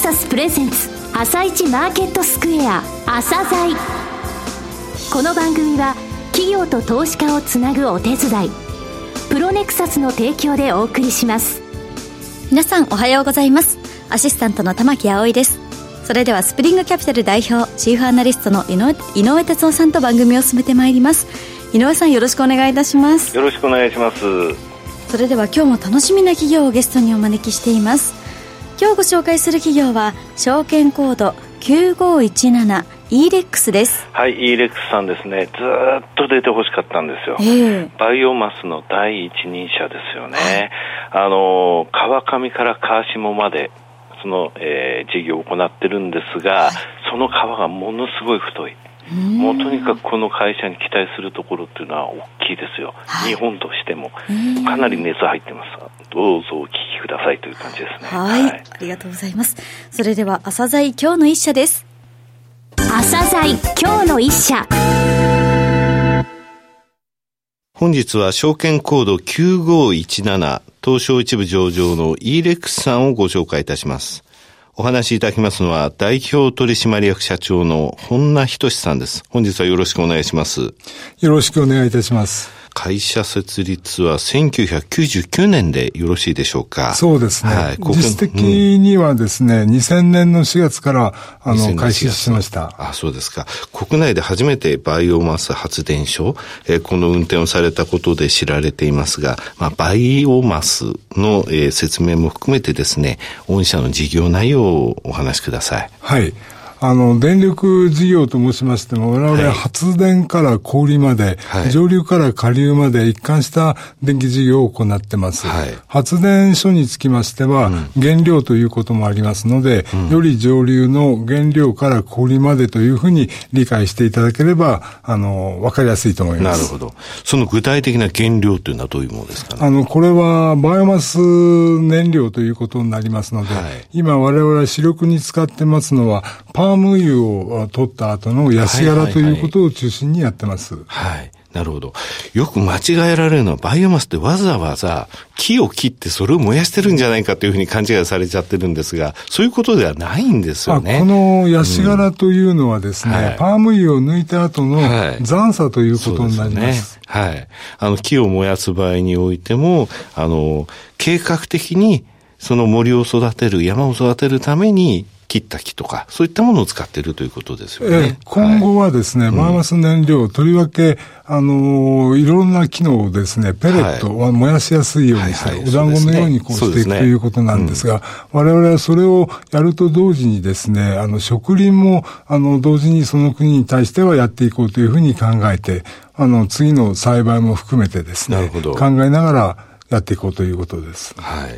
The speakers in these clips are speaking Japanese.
サスプレゼンツ朝一マーケットスクエア朝鮮。この番組は企業と投資家をつなぐお手伝いプロネクサスの提供でお送りします。 皆さんおはようございます。アシスタントの玉木葵です。それではスプリングキャピタル代表チーフアナリストの井上哲夫さんと番組を進めてまいります。井上さん、よろしくお願いいたします。 よろしくお願いします。 それでは今日も楽しみな企業をゲストにお招きしています。今日ご紹介する企業は証券コード 9517 EREX です。 はい、EREX さんですね。ずっと出てほしかったんですよ。バイオマスの第一人者ですよね。川上から川下までその、事業を行ってるんですが、その川がものすごい太い。もうとにかくこの会社に期待するところっていうのは大きいですよ。日本としてもかなり熱入ってます。どうぞお聞きくださいという感じですね。 はい、ありがとうございます。それでは朝鮮今日の一社です。 朝鮮今日の一社。 本日は証券コード9517東証一部上場の EREX さんをご紹介いたします。お話しいただきますのは代表取締役社長の本名仁さんです。本日はよろしくお願いします。 よろしくお願いいたします。 会社設立は1999年でよろしいでしょうか。 そうですね。はい、実質的にはですね、2000年の4月から開始しました。 あ、そうですか。国内で初めてバイオマス発電所、この運転をされたことで知られていますが、バイオマスの、説明も含めてですね、御社の事業内容をお話しください。 はい。電力事業と申しましても、我々発電から小売まで、上流から下流まで一貫した電気事業を行ってます。発電所につきましては、原料ということもありますので、より上流の原料から小売までというふうに理解していただければ、わかりやすいと思います。 なるほど。その具体的な原料というのはどういうものですかね。 これはバイオマス燃料ということになりますので、今我々は主力に使ってますのは、パーム油を取った後のヤシ殻ということを中心にやってます。 はい。なるほど。よく間違えられるのは、バイオマスってわざわざ木を切ってそれを燃やしてるんじゃないかというふうに勘違いされちゃってるんですが、そういうことではないんですよね。 このヤシ殻というのはですね、パーム油を抜いた後の残渣ということになります。 はい。木を燃やす場合においても、計画的にその森を育てる、山を育てるために、切った木とか、そういったものを使っているということですよね。 今後はですね、バイオマス燃料、とりわけ、いろんな機能をですね、ペレットは燃やしやすいようにして、お団子のようにこうしていくということなんですが、我々はそれをやると同時にですね、植林も、同時にその国に対してはやっていこうというふうに考えて、次の栽培も含めてですね、考えながらやっていこうということです。 はい。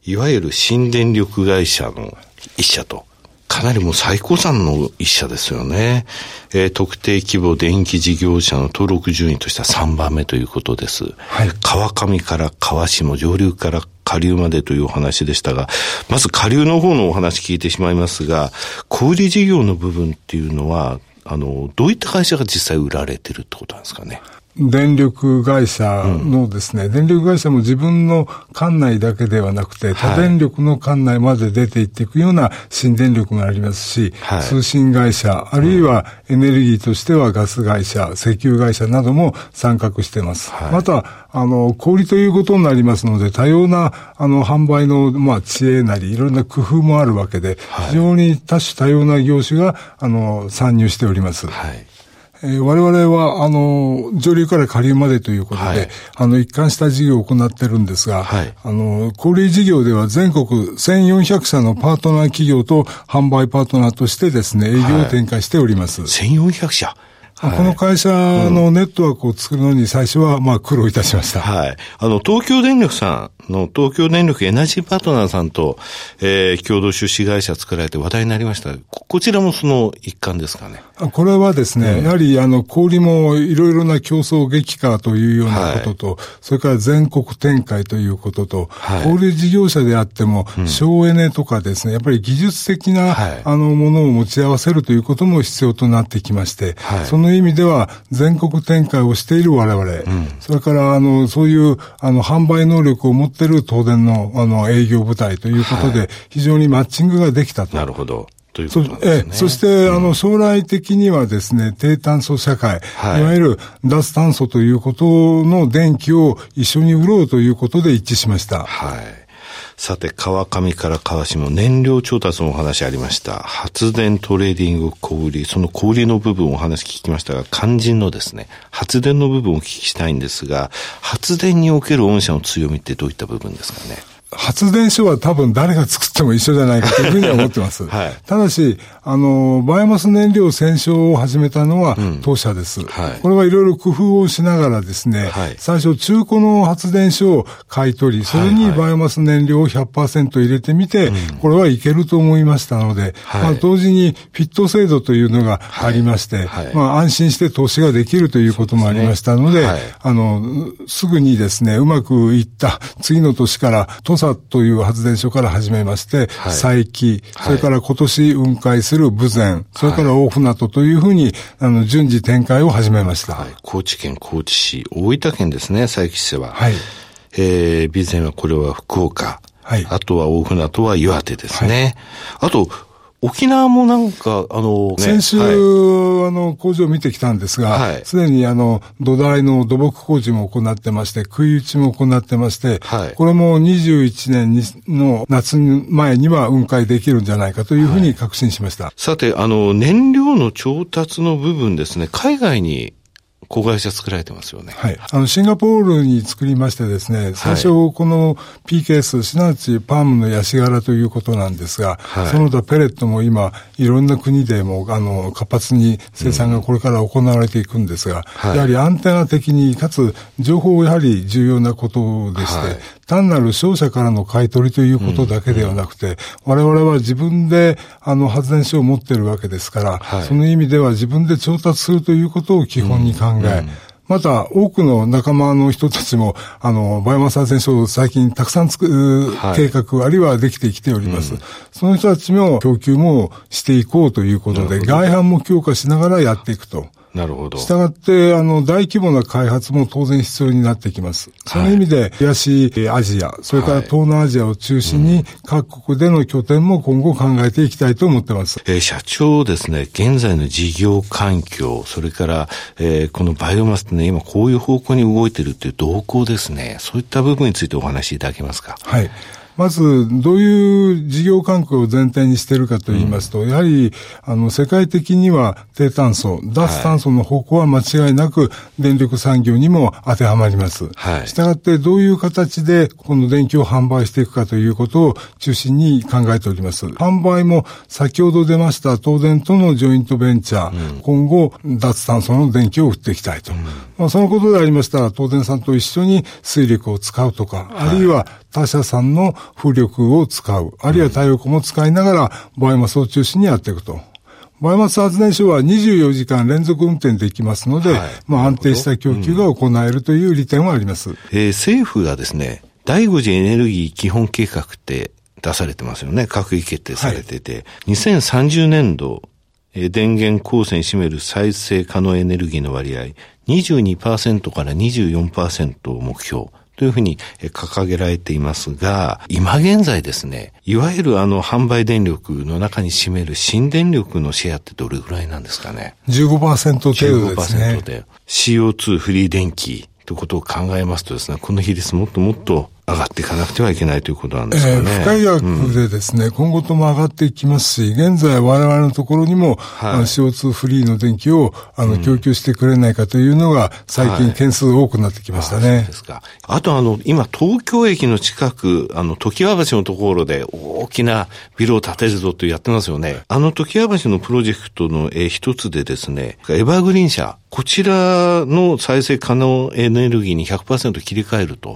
いわゆる新電力会社の一社と、かなりもう最高算の一社ですよね。特定規模電気事業者の登録順位としては3番目ということです。はい、川上から川下、上流から下流までというお話でしたが、まず下流の方のお話聞いてしまいますが、小売事業の部分っていうのは、どういった会社が実際売られてるってことなんですかね。 電力会社のですね、電力会社も自分の管内だけではなくて、他電力の管内まで出ていっていくような新電力がありますし、通信会社、あるいはエネルギーとしてはガス会社、石油会社なども参画しています。また、小売ということになりますので、多様な、販売の、知恵なり、いろんな工夫もあるわけで、非常に多種多様な業種が、参入しております。我々は、上流から下流までということで、一貫した事業を行っているんですが、小売事業では全国1400社のパートナー企業と販売パートナーとしてですね、営業を展開しております。 1400社この会社のネットワークを作るのに最初は苦労いたしました。 東京電力さんの東京電力エナジーパートナーさんと、共同出資会社作られて話題になりました。こちらもその一環ですかね。 これはですね、やはり小売もいろいろな競争激化というようなことと、それから全国展開ということと、小売事業者であっても、省エネとかですね、やっぱり技術的な、ものを持ち合わせるということも必要となってきまして、そのの意味では全国展開をしている我々、それからそういう販売能力を持っている東電の営業部隊ということで、非常にマッチングができたと。 なるほど。ということなんですね。 そして、将来的にはですね、低炭素社会、いわゆる脱炭素ということの電気を一緒に売ろうということで一致しました。 はい。さて、川上から川下の燃料調達のお話ありました。発電トレーディング小売り、その小売りの部分をお話聞きましたが、肝心のですね、発電の部分をお聞きしたいんですが、発電における御社の強みってどういった部分ですかね。 発電所は多分誰が作っても一緒じゃないかというふうには思ってます。はい、ただし、バイオマス燃料洗浄を始めたのは当社です。はい、これはいろいろ工夫をしながらですね、はい、最初中古の発電所を買い取り、それにバイオマス燃料を 100% 入れてみて、これはいけると思いましたので、同時にフィット制度というのがありまして、安心して投資ができるということもありましたので、すぐにですね、うまくいった次の年から土佐という発電所から始めまして、佐伯、それから今年運海する豊前、それから大船渡というふうに、順次展開を始めました。 高知県、高知市、大分県ですね、佐伯市は。備前はこれは福岡。あとは大船渡は岩手ですね。あと、沖縄もなんか、 先週、工場を見てきたんですが、すでに土台の土木工事も行ってまして、杭打ちも行ってまして、これも21年の夏前には運海できるんじゃないかというふうに確信しました。 さて、燃料の調達の部分ですね、海外に子会社作られてますよね。 シンガポールに作りましてですね、最初この PKS、すなわちパームのヤシ殻ということなんですが、その他ペレットも今、いろんな国でも、活発に生産がこれから行われていくんですが、やはりアンテナ的に、かつ情報やはり重要なことでして、単なる商社からの買い取りということだけではなくて、我々は自分で発電所を持っているわけですから、その意味では自分で調達するということを基本に考え、また多くの仲間の人たちもバイオマス発電所を最近たくさん作る計画、あるいはできてきております。その人たちも供給もしていこうということで、外販も強化しながらやっていくと。 なるほど。 したがって、大規模な開発も当然必要になってきます。その意味で、東アジア、それから東南アジアを中心に、各国での拠点も今後考えていきたいと思ってます。 社長ですね、現在の事業環境、それから、このバイオマスってね、今こういう方向に動いてるっていう動向ですね。そういった部分についてお話しいただけますか。 まず、どういう事業環境を前提にしているかと言いますと、やはり、世界的には低炭素、脱炭素の方向は間違いなく電力産業にも当てはまります。したがって、どういう形でこの電気を販売していくかということを中心に考えております。販売も先ほど出ました東電とのジョイントベンチャー、今後、脱炭素の電気を売っていきたいと。そのことでありましたら、東電さんと一緒に水力を使うとか、あるいは他社さんの風力を使う、あるいは太陽光も使いながらバイオマスを中心にやっていくと。バイオマス発電所は24時間連続運転できますので、安定した供給が行えるという利点はあります。 政府がですね、第5次エネルギー基本計画って出されてますよね。閣議決定されてて、2030年度、電源構成に占める再生可能エネルギーの割合、22% から 24% を目標。というふうに掲げられていますが、今現在ですね、いわゆる販売電力の中に占める新電力のシェアってどれぐらいなんですかね。 15% 程度ですね。 15% で。CO2 フリー電気ということを考えますとですね、この比率もっともっと上がっていかなくてはいけないということなんですかね。 不解薬でですね、今後とも上がっていきますし、現在我々のところにも、CO2 フリーの電気を供給してくれないかというのが最近件数多くなってきましたね。 そうですか。あと今東京駅の近く、常盤橋のところで大きなビルを建てるぞとやってますよね。常盤橋のプロジェクトの一つでですね、エバーグリーン車、こちらの再生可能エネルギーに 100% 切り替えると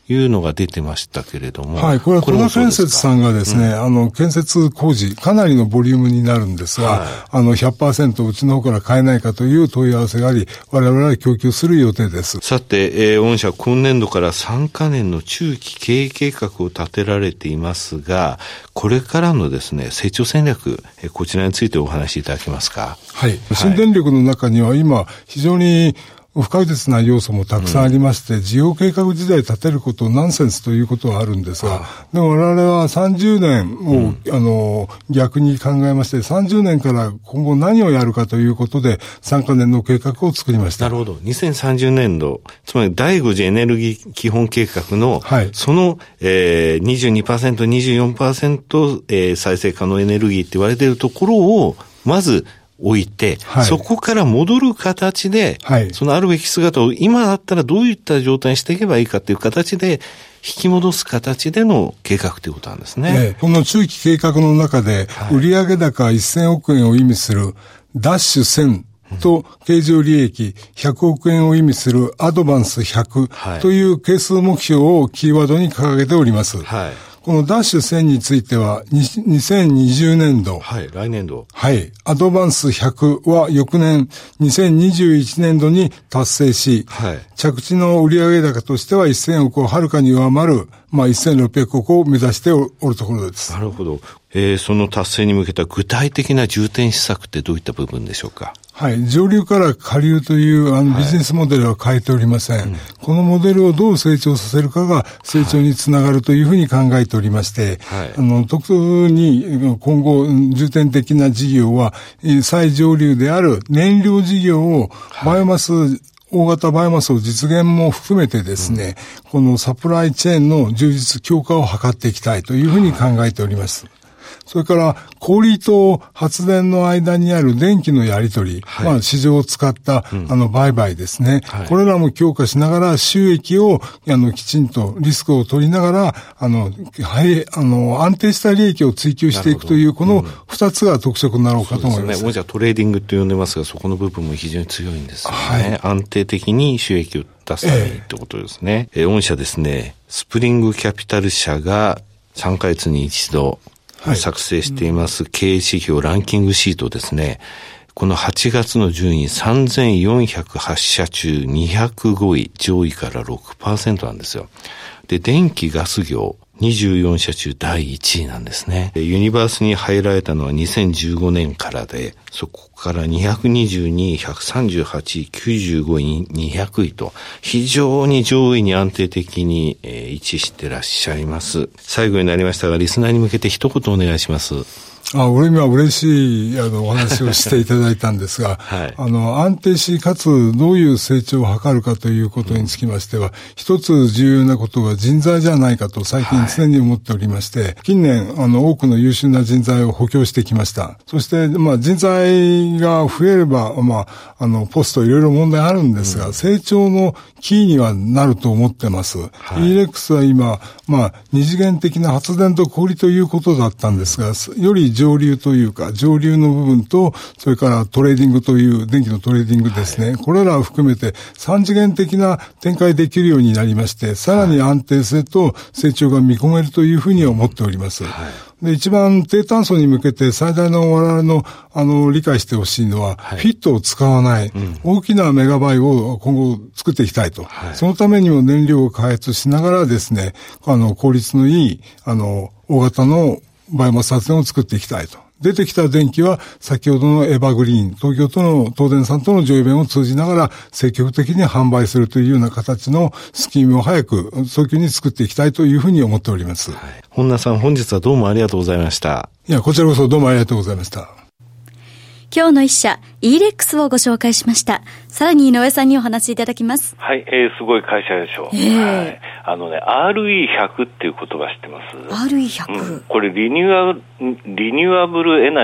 いうのが出てましたけれども。 はい、これは戸田建設さんがですね、建設工事、かなりのボリュームになるんですが、100% うちの方から買えないかという問い合わせがあり、我々は供給する予定です。 さて、御社今年度から3カ年の中期経営計画を立てられていますが、これからのですね、成長戦略、こちらについてお話しいただけますか。 はい。新電力の中には今、非常に不確実な要素もたくさんありまして、事業計画自体立てることナンセンスということはあるんですが、でも我々は30年を、逆に考えまして、30年から今後何をやるかということで、3カ年の計画を作りました。 なるほど。2030年度、つまり第5次エネルギー基本計画の、はい、その、22%、24%、再生可能エネルギーって言われているところを、まず、置いて、はい、そこから戻る形で、はい、そのあるべき姿を今だったらどういった状態にしていけばいいかという形で、引き戻す形での計画ということなんですね。 この中期計画の中で、売上高1000億円を意味するダッシュ1000と経常利益100億円を意味するアドバンス100という係数目標をキーワードに掲げております。はい、このダッシュ1000については、2020年度。 はい、来年度。 はい。アドバンス100は翌年、2021年度に達成し、はい、着地の売上高としては1000億をはるかに上回る、1600億を目指しておるところです。 なるほど。その達成に向けた具体的な重点施策ってどういった部分でしょうか。 はい。上流から下流というビジネスモデルは変えておりません。このモデルをどう成長させるかが成長につながるというふうに考えておりまして、特に今後重点的な事業は最上流である燃料事業をバイオマス、大型バイオマスを実現も含めてですね、このサプライチェーンの充実強化を図っていきたいというふうに考えております。それから、氷と発電の間にある電気のやり取り、市場を使った、売買ですね。これらも強化しながら、収益を、きちんとリスクを取りながら、安定した利益を追求していくという、この二つが特色になろうかと思います。そうですね。 もうじゃあトレーディングと呼んでますが、そこの部分も非常に強いんですよね。安定的に収益を出すためにってことですね。御社ですね、スプリングキャピタル社が3ヶ月に一度、作成しています経営指標ランキングシートですね。この8月の順位3408社中205位、上位から 6% なんですよ。で、電気ガス業24社中第1位なんですね。ユニバースに入られたのは2015年からで、そこから222位、138位、95位、200位と、非常に上位に安定的に位置してらっしゃいます。最後になりましたが、リスナーに向けて一言お願いします。 俺には嬉しいお話をしていただいたんですが、はい、安定しかつどういう成長を図るかということにつきましては、一つ重要なことが人材じゃないかと最近常に思っておりまして、近年多くの優秀な人材を補強してきました。そして人材が増えればポストいろいろ問題あるんですが、成長のキーにはなると思ってます。ELEX は今二次元的な発電と小売りということだったんですが、より上流というか、上流の部分と、それからトレーディングという、電気のトレーディングですね。これらを含めて3次元的な展開できるようになりまして、さらに安定性と成長が見込めるというふうに思っております。で、一番低炭素に向けて最大の我々の、理解してほしいのは、フィットを使わない、大きなメガバイを今後作っていきたいと。そのためにも燃料を開発しながらですね、効率のいい、大型のバイオマス発電を作っていきたいと。出てきた電気は先ほどのエバグリーン、東京都の東電さんとの上位弁を通じながら積極的に販売するというような形のスキームを早く早急に作っていきたいというふうに思っております。 本田さん、本日はどうもありがとうございました。 いや、こちらこそどうもありがとうございました。 今日の一社 ELEX をご紹介しました。さらに井上さんにお話しいただきます。 はい、すごい会社でしょう。はい、RE100 っていう言葉知ってます？ RE100、 これリニューアブルエナジー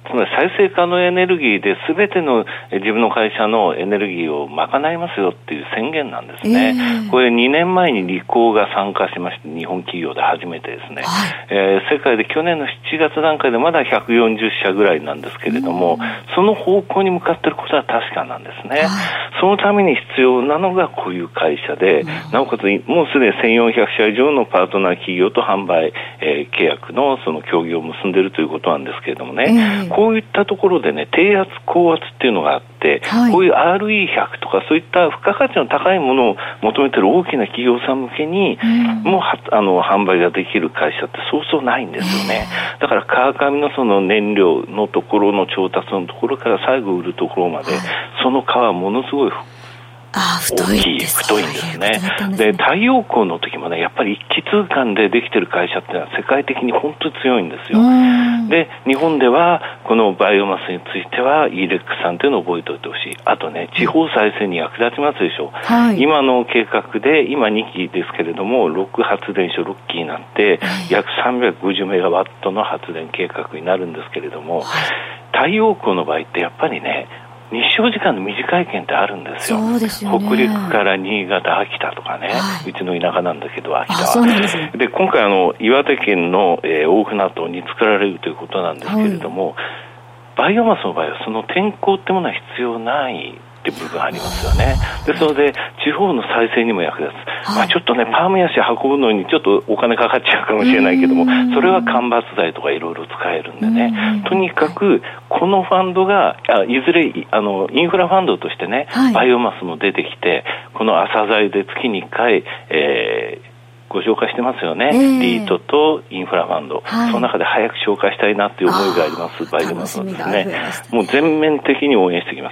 つまり再生可能エネルギーで全ての自分の会社のエネルギーを賄いますよっていう宣言なんですね。これ2年前にリコーが参加しまして、日本企業で初めてですね、世界で去年の7月段階でまだ140社ぐらいなんですけれども、その方向に向かっていることは確かなんですね。そのために必要なのがこういう会社で、なおかつもうすでに1400社以上のパートナー企業と販売、契約のその協議を結んでいるということなんですけれどもね、こういったところでね、低圧高圧っていうのがあって、こういう RE100 とかそういった付加価値の高いものを求めている大きな企業さん向けにもう販売ができる会社ってそうそうないんですよね。だから川上のその燃料のところの調達のところから最後売るところまで、その川はものすごい太いんですね。で、太陽光の時もね、やっぱり一気通貫でできている会社ってのは世界的に本当に強いんですよ。で、日本ではこのバイオマスについては ELEC さんというのを覚えておいてほしい。あとね、地方再生に役立ちますでしょう。今の計画で、今2基ですけれども、6発電所6基になって、約350メガワットの発電計画になるんですけれども、太陽光の場合ってやっぱりね、日照時間の短い県ってあるんですよ。 そうですよね。 北陸から新潟、秋田とかね、うちの田舎なんだけど秋田は。そうなんですね。で、今回岩手県の、大船渡に作られるということなんですけれども、バイオマスの場合はその天候ってものは必要ないって部分ありますよね。ですので地方の再生にも役立つ。ちょっとね、パームヤシ運ぶのにちょっとお金かかっちゃうかもしれないけども、それは間伐材とかいろいろ使えるんでね、とにかくこのファンドがいずれインフラファンドとしてね、バイオマスも出てきて、この朝材で月に1回、ご紹介してますよね、リートとインフラファンド、その中で早く紹介したいなという思いがあります。バイオマスですね、もう全面的に応援してきます。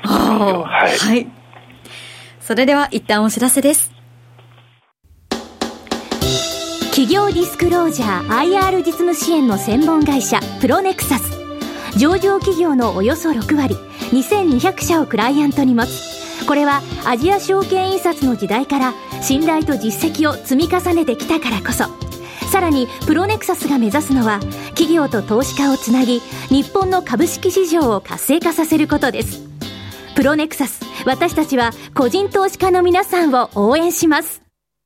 それでは一旦お知らせです。 企業ディスクロージャー IR 実務支援の専門会社プロネクサス、上場企業のおよそ6割2200社をクライアントに持つ。これはアジア証券印刷の時代から信頼と実績を積み重ねてきたからこそ。さらにプロネクサスが目指すのは企業と投資家をつなぎ、日本の株式市場を活性化させることです。プロネクサス、私たちは個人投資家の皆さんを応援します。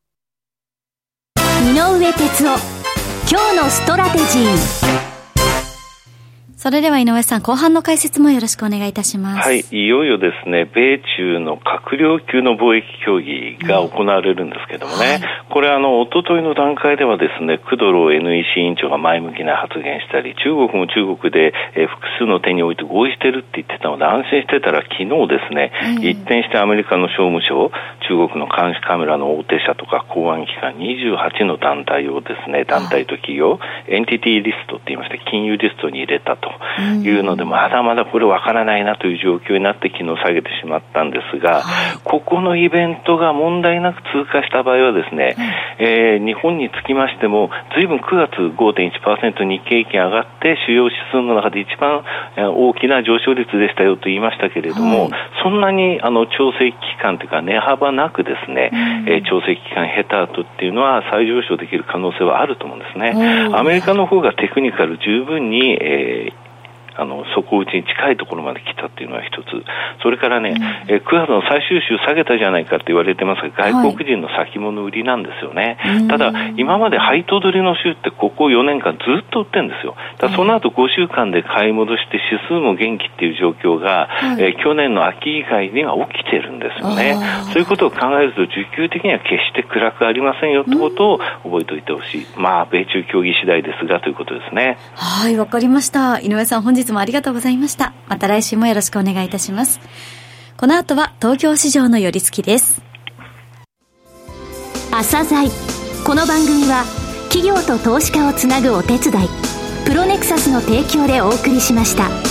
井上哲夫、今日のストラテジー。 それでは井上さん、後半の解説もよろしくお願いいたします。 いよいよですね、米中の閣僚級の貿易協議が行われるんですけどもね、これ一昨日の段階ではですね、クドロ NEC 委員長が前向きな発言したり、中国も中国で、複数の点において合意してるって言ってたので安心してたら、昨日ですね、一転してアメリカの商務省、中国の監視カメラの大手社とか公安機関28の団体をですね、団体と企業、エンティティリストって言いまして、金融リストに入れたというので、まだまだこれわからないなという状況になって昨日下げてしまったんですが、ここのイベントが問題なく通過した場合はですね、日本につきましても随分9月 5.1% 日経平均上がって主要指数の中で一番大きな上昇率でしたよと言いましたけれども、そんなに調整期間というか値幅なくですね、調整期間経た後っていうのは再上昇できる可能性はあると思うんですね。アメリカの方がテクニカル十分に底打ちに近いところまで来たっていうのは一つ。それからね、9月の最終週下げたじゃないかって言われてますが、外国人の先物売りなんですよね。ただ今まで配当取りの週ってここ4年間ずっと売ってるんですよ。だからその後5週間で買い戻して指数も元気っていう状況が、去年の秋以外には起きてるんですよね。そういうことを考えると需給的には決して暗くありませんよってことを覚えておいてほしい。米中協議次第ですがということですね。 はい、わかりました。井上さん、本日もありがとうございました。また来週もよろしくお願いいたします。この後は東京市場の寄り付きです。 朝鮮。この番組は企業と投資家をつなぐお手伝い、プロネクサスの提供でお送りしました。